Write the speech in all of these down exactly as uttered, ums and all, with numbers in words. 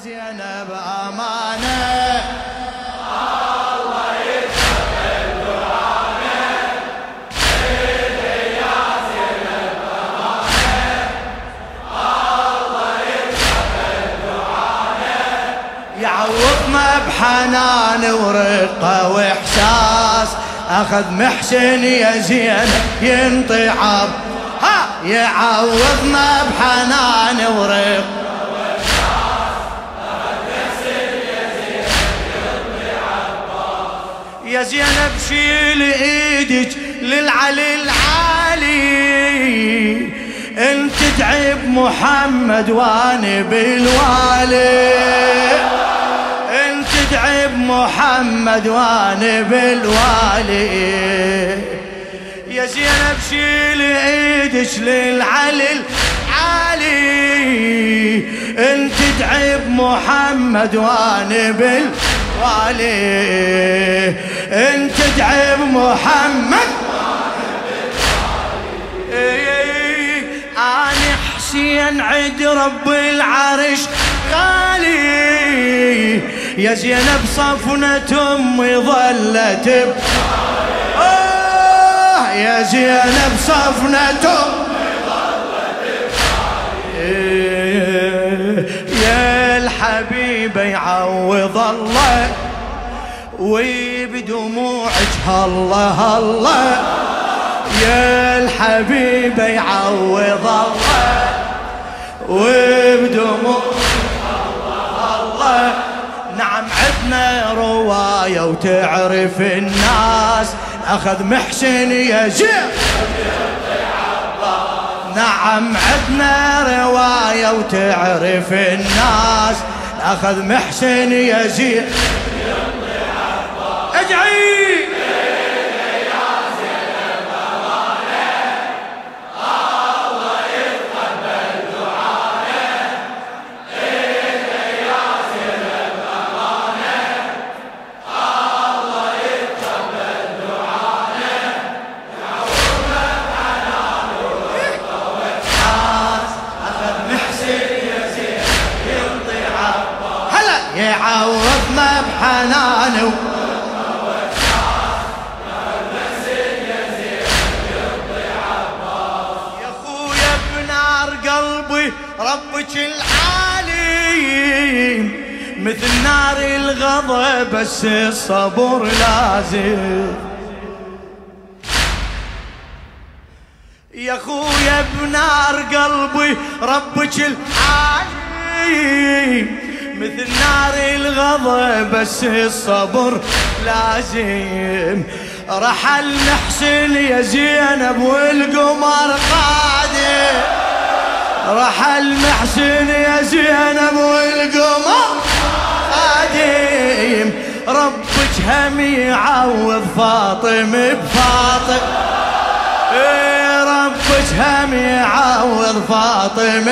زينب أمانة الله يتقبل دعانا إلي يا زينب أمانة الله يتقبل دعانا يعوضنا بحنان ورقة وإحساس أخذ محسن يا زينب ينطي عب ها يعوضنا بحنان ورقة يا زينب شيل ايدك للعلي العالي انت تعب محمد وانا بالوالي انت تعب محمد وانا بالوالي يا زينب شيل ايدك للعلي العالي انت تعب محمد وانا بالوالي والي انت تعب محمد انا حسين عد رب العرش غالي يا زينب صفنة امي ظلت آه يا زينب صفنة امي ظلت يا الحبيب يعوض الله وبدموعك هالله هالله يا الحبيب يعوض الله وبدموعك هالله هالله نعم عدنا رواية وتعرف الناس أخذ محسن يزيد نعم عدنا رواية وتعرف الناس أخذ محسن يزيد ادعي يعوضنا بحنانه يا خويا بنار قلبي ربك العالي مثل نار الغضب بس الصبر لازم يا خويا بنار قلبي ربك العالي مثل نار الغضب بس الصبر لازم رحل محسن يا زينب والقمر قادم رحل محسن يا زينب والقمر قادم ربك هم يعوض فاطم بفاطم إيه ربك هم يعوض فاطم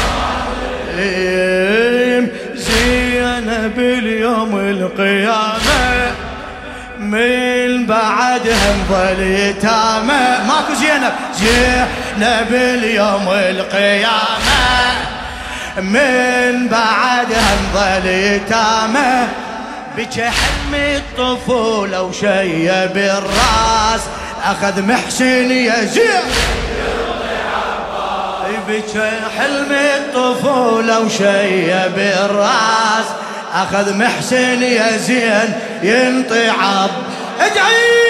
بفاطم زينب اليوم القيامة من بعدها نظل يتامى ماكو زينب زينب اليوم القيامة من بعدها نظل يتامى بك حلم الطفولة وشي بالراس أخذ محسن يزيد بك حلم الطفولة وشي بالراس أخذ محسن يا زين ينطي عب ادعي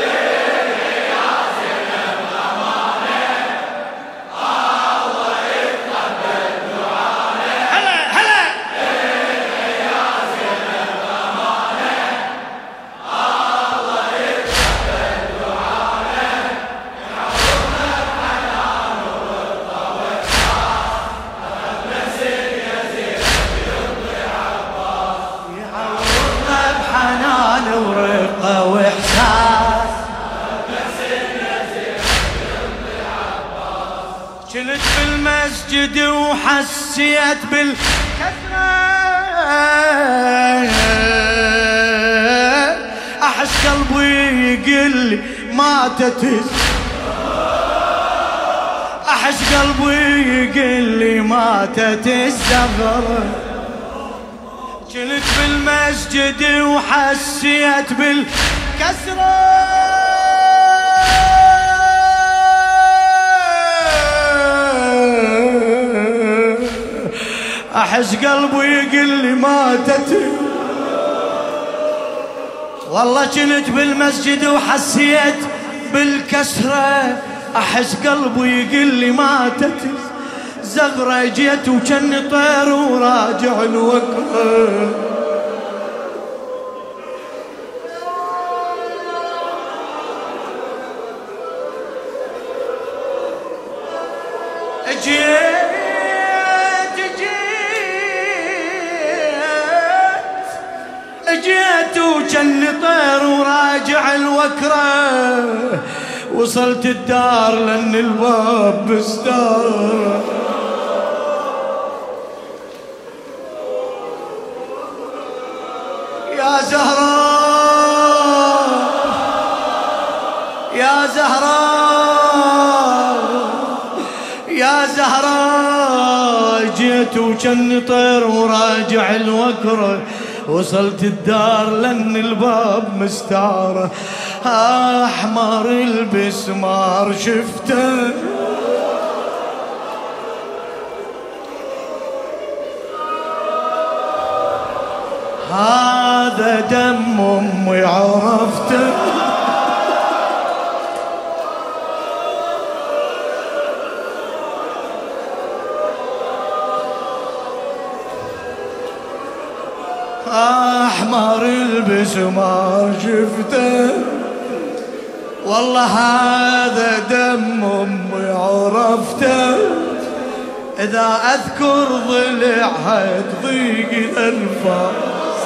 كنت بالمسجد وحسيت بالكثرة أحس قلبي يقل ماتت أحس قلبي يقل ماتت الزغرة كنت بالمسجد وحسيت بالكسرة أحس قلبي يقول لي ماتت. والله كنت بالمسجد وحسيت بالكسرة أحس قلبي يقول لي ماتت زغرة. جيت وكن طير وراجع الوكرة جيت جيت وجن طير وراجع الوكرة. وصلت الدار لأن الباب مستار. يا زهراء يا زهراء يا زهراء جيت وجن طير وراجع الوكرة. وصلت الدار لأن الباب مستعرة. أحمر البسمار شفته هذا دم أمي عرفته. أحمر البسمار شفته والله هذا دم أمي عرفته. إذا أذكر ضلعها تضيق الأنفاس.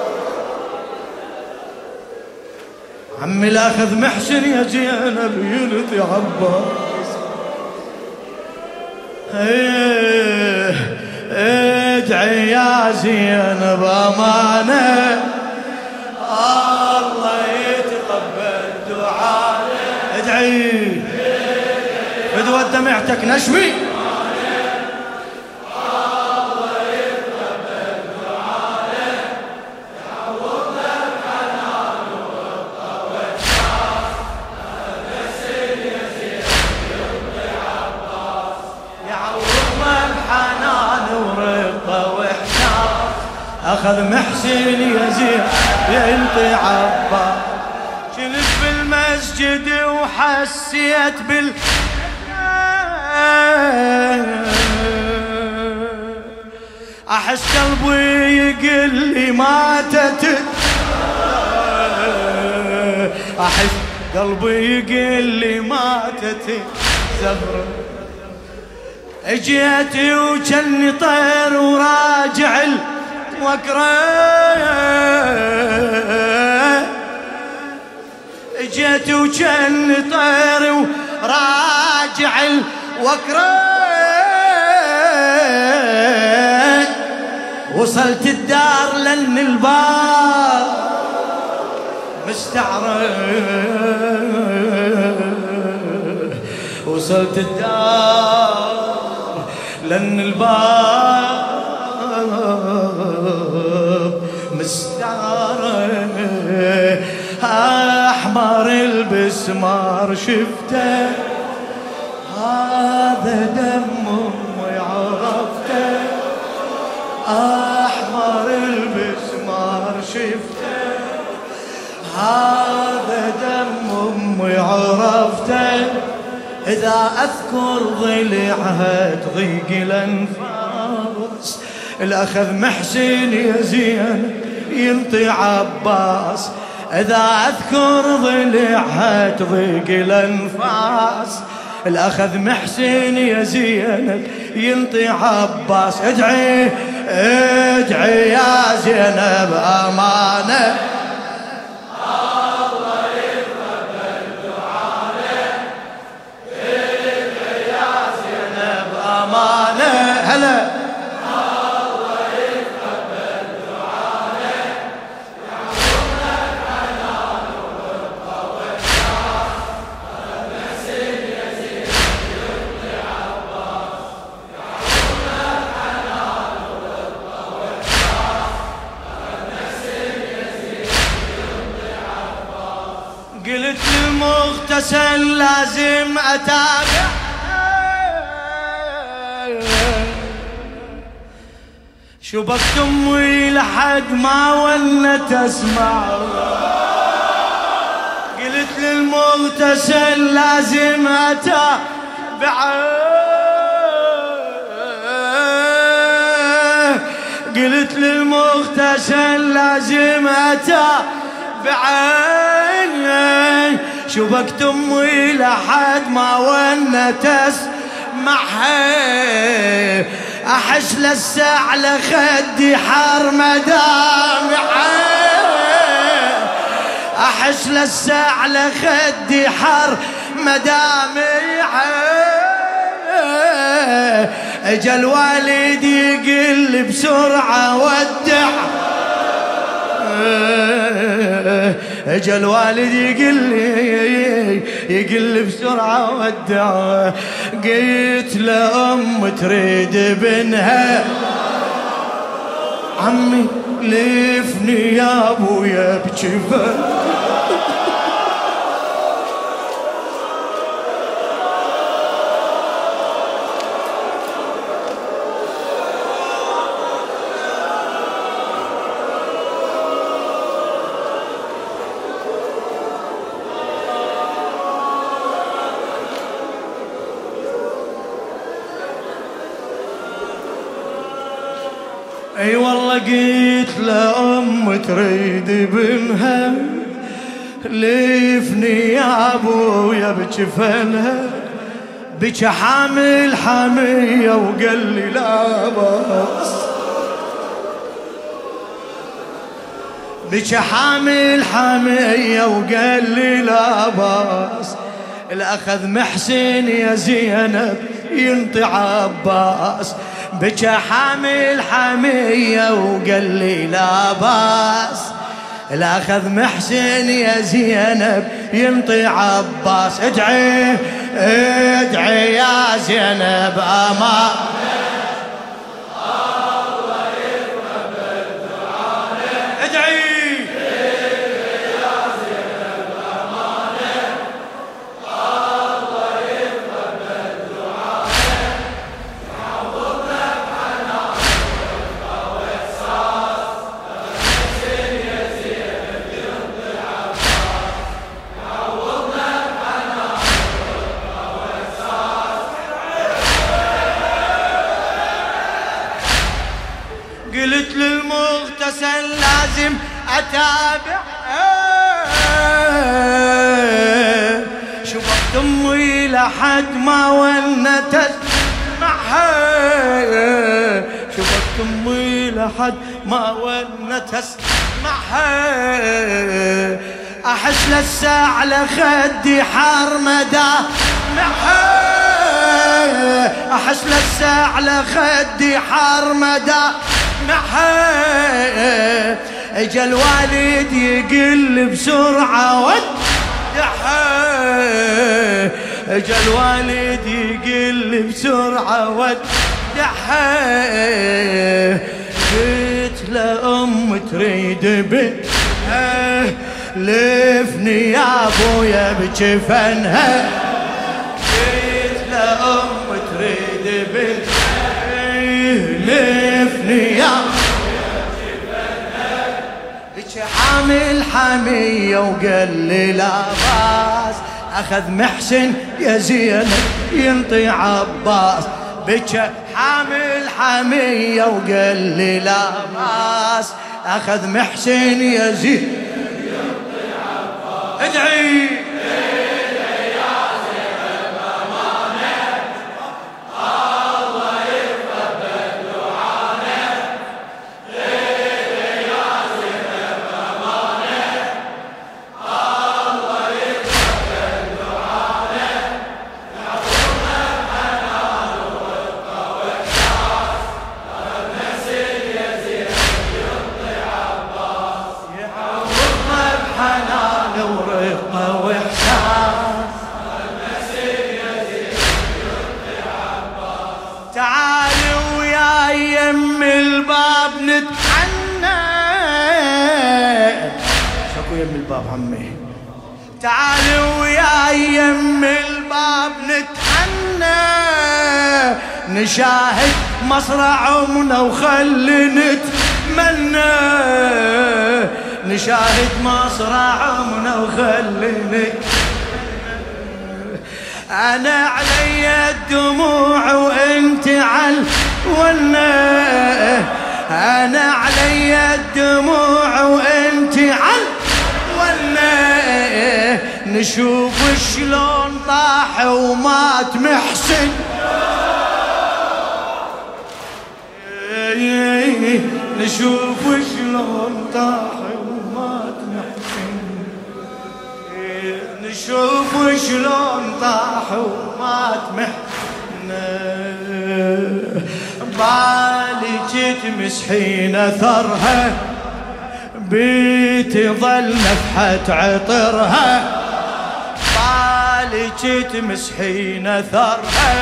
عمي الأخذ محسن يا زينب يلطي عباس. ايه ادعي يا زينب أمانة الله يتقبل دعاء. ادعي فدوى دمعتك نشوي الله يتقبل دعاء. يعوضنا الحنان والطول نسل يزيد يلقي عباس. يعوضنا الحنان ورقة وإحساس. أخذ محسن يزيد يلقي عباس. كنت بالمسجد وحسيت بال أحس قلبي يقول لي ماتت. أحس قلبي يقول لي ماتت زهرة. اجيت وجني طير وراجع الوكرة. اجيت وجني طير وراجع الوكرة. وصلت الدار لأن الباب مستعرة. وصلت الدار لأن الباب مستعرة. أحمر البسمار شفته هذا دم أمي عرفته. أحمر البسمار شفته هذا دم أمي عرفته. إذا أذكر ضلعها تضيق الأنفاس. الأخذ محسن يا زين ينطي عباس. إذا أذكر ضلعها تضيق الأنفاس. الأخذ محسن يا زينب ينطي عباس. ادعي ادعي يا زينب أمانة الله يتقبل دعاء. ادعي يا زينب أمانة. هلا الله يتقبل دعاء. يعوضنا الحنان والطول محسن يزيد يلقي عباس. يعوضنا الحنان والطول المغتسل لازم أتابع. شبكت أمي لحد ما ولت أسمع، قلت للمغتسل لازم أتابع، قلت للمغتسل لازم أتابع. شبكت أمي لحد ما ولت أسمعها، أحس لسه على خدي حار مدامعه، أحس لسه على خدي حار مدامعه. اجا الوالد يقل بسرعة ودع، اجا الوالد يقل يقل بسرعة ودع. قلت لأم تريد بنها، عمي لفني يا ابويا بجفن. اي والله قلت لأم تريد بنها، لفني يا ابويا بجفنها. بك حامل حمية وقال لي لا بأس، بك حامل حمية وقال لي لا بأس. الأخذ محسن يا زينب ينطي عباس، بك حامل حمية وقال لي لا باس. الأخذ محسن يا زينب ينطي عباس. ادعي ادعي يا زينب أمان، الله يقبل دعانا. ادعي يا زينب أمانة، الله يقبل دعانا. يعوضنا بحنان ورفقة وإحساس، محسن يا زينب ينطي عباس. يعوضنا بحنان ورفقة وإحساس. قلت للمغتسل لازم أتابع، شبكت أمي لحد ما ولت أسمعها، شبكت أمي لحد ما ولت أسمعها. أحس لسه على خدي حار مدامعها، أحس لسه على خدي حار مدامعها. اجا الوالد يقل بسرعة ودعها، اجا الوالد يقل بسرعة ودعها. قلت لأم تريد بنها، لفني يا ابويا بجفنها. قلت لأم تريد بنها، لفني يا بك حامل حمية وقال لي لا باس. أخذ محسن يا زينب ينطي عباس، بك حامل حمية وقال لي لا باس. أخذ محسن يا زينب ينطي عباس. ادعي تعالوا ويا يم الباب نتحنى. شكو يم الباب عمي؟ تعالوا ويا يم الباب نتحنى نشاهد مصرع عمنا وخلي نتمنى نشاهد مصرع عمنا وخلي نتمنى أنا علي الدموع وانت عالونة أنا علي الدموع وانت عالونة نشوف شلون طاح ومات محسن نشوف شلون طاح ومات محسن نشوف شلون طاح ومات محسن بالي تتمس حين اثرها بتظل نفحة عطرها بالي تتمس حين اثرها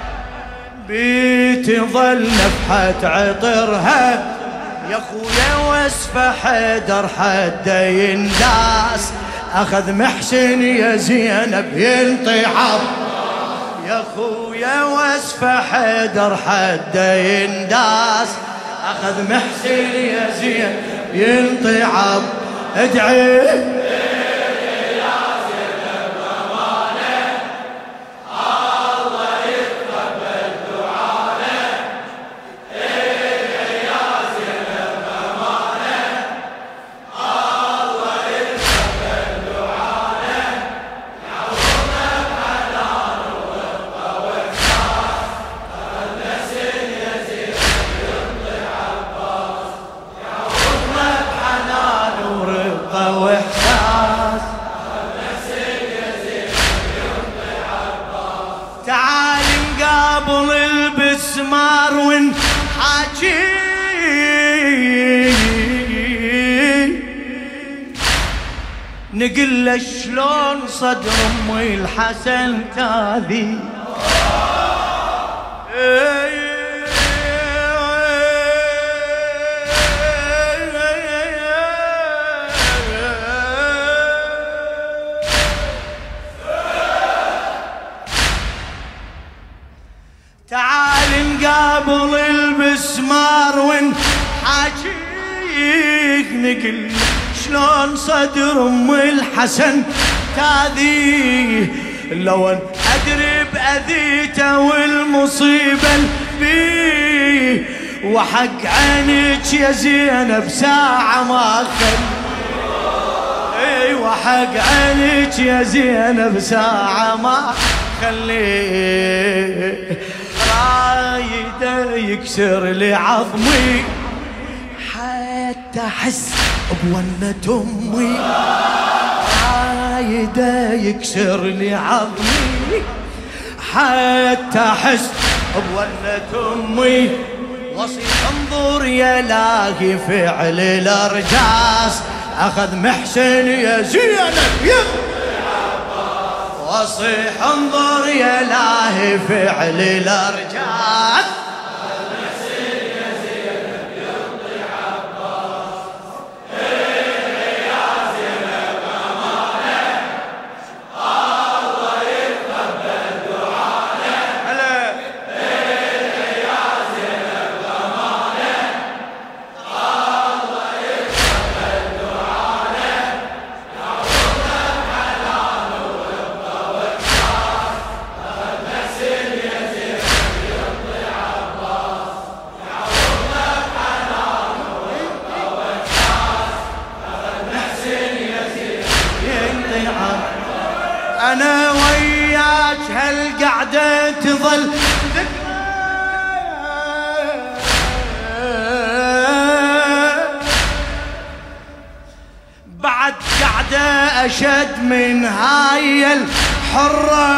بتظل نفحة عطرها يا خويا وصفة حيدر حده ينداس اخذ محسن يا زينب ينطعب يا خويا وصفة حيدر حده ينداس اخذ محسن يا زينب ينطعب ادعي تعال نقابل البسمار ونحاكي نقول له شلون صدر امي الحسن تاذي تعال نقابل البسمار ونحاكيك نقل شلون صدر ام الحسن تاذيه لو ان ادري باذيته والمصيبه بيه وحق عينك يا زينب ساعه ما خل اي وحق عينك يا زينب ساعه ما خليه رايده يكسر لي عظمي حتى احس بونة امي رايده يكسر لي عظمي حتى احس بونة امي وصيح انظر يا لاهي فعل الارجاس اخذ محسن يا زينب يا وصيح انظر يا لاهي فعل الارجاس محسن يا زينب ينطي عباس يا زينب امانه الله يتقبل دعانا هلا يا زينب امانه الله يتقبل دعانا يعوضنا بحنان ورضا واحساس محسن يا زينب ينطي عباس يعوضنا بحنان ورضا واحساس محسن يا زينب ينطي عظمي انا وياك هالقعده تظل ذكرى بعد قعده اشد من هاي الحره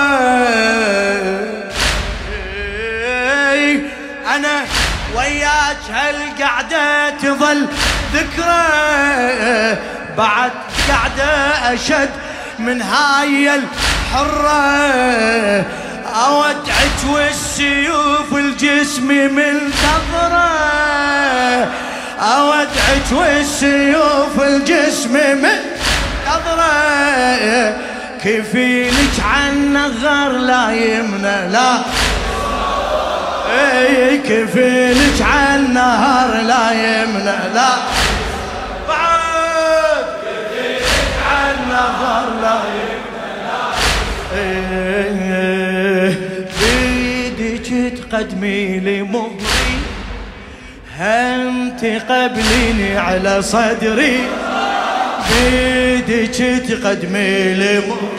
انا وياك هالقعده تظل ذكرى بعد قعده اشد من هاي الحره اودعك والسيوف الجسم من ثغره اودعك والسيوف الجسم من ثغره كفيلك عن نغر لا يمنى لا اي كفيلك عن نهر لا يمنى لا بعد كفيلك عن نهر لا يمنى لا بيدك تقدمي لي مهري هم تقبليني على صدري بيدك تقدمي لي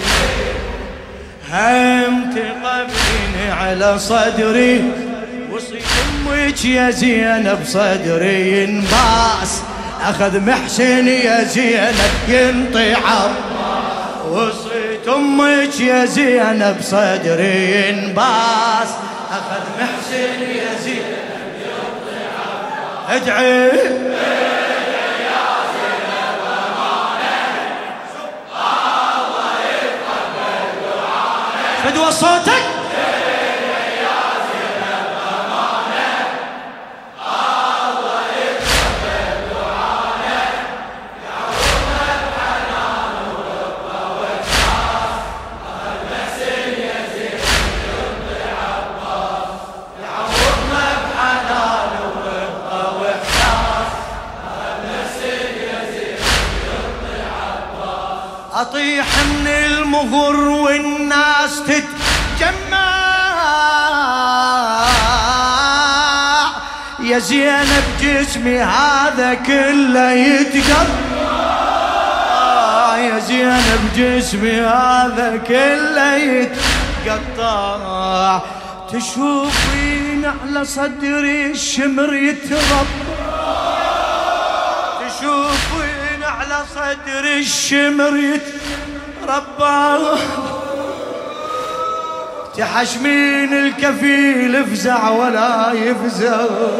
هم تقبليني على صدري وصيت امك يا زينب صدري ينباس اخذ محسن يا زينب ينطي عباس وصيت امك يا زينب صدري ينباس اخذ محسن يا زينب ينطي عباس ادعي فدوى صوتك يا زينب أمانة الله يقبل دعانا يعوضنا بحنان وربا وإخلاص أخذ محسن يا زينب ينطي عباس يعوضنا بحنان وربا وإخلاص أخذ محسن يا زينب ينطي عباس أطيح من المغر والناس تتجمع يا زينب جسمي هذا كله يتقطع يا زينب جسمي هذا كله يتقطع تشوفين على صدري الشمر يتربع تشوفين على صدري الشمر يتربع تحشمين الكفيل فزع ولا يفزع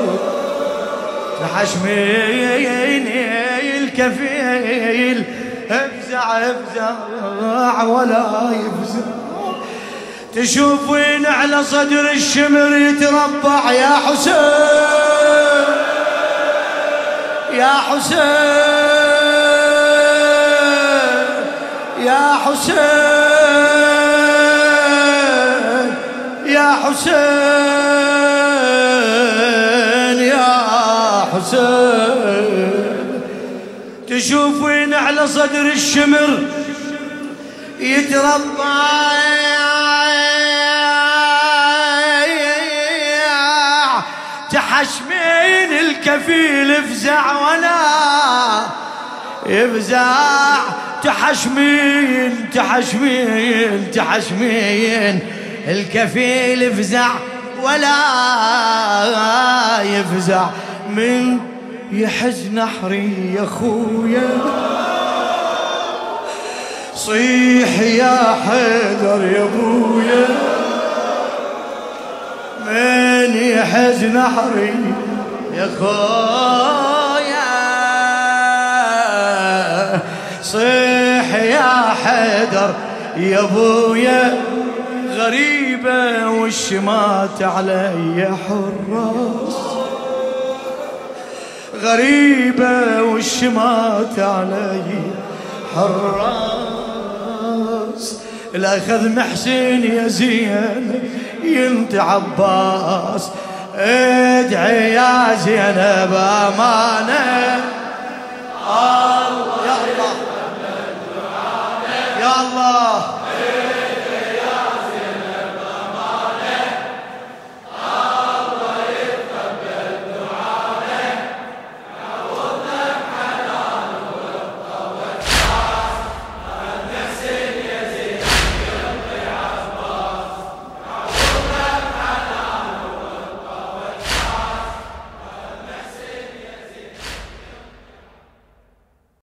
تحشمين الكفيل افزع افزع ولا يفزع تشوفين على صدر الشمر يتربع يا حسين يا حسين يا حسين يا حسين يا حسين تشوفين على صدر الشمر يتربع تحشمين الكفيل فزع ولا يفزع تحشمين تحشمين تحشمين الكفيل فزع ولا يفزع من يحز نحري يا خويا صيح يا حيدر يا ابويا من يحز نحري يا خويا صيح يا حيدر يا ابويا غريبة والشمات علي حراس غريبة والشمات علي حراس الأخذ محسن يا زينب ينطي عباس ادعي يا زينب أمانة الله يا الله يا الله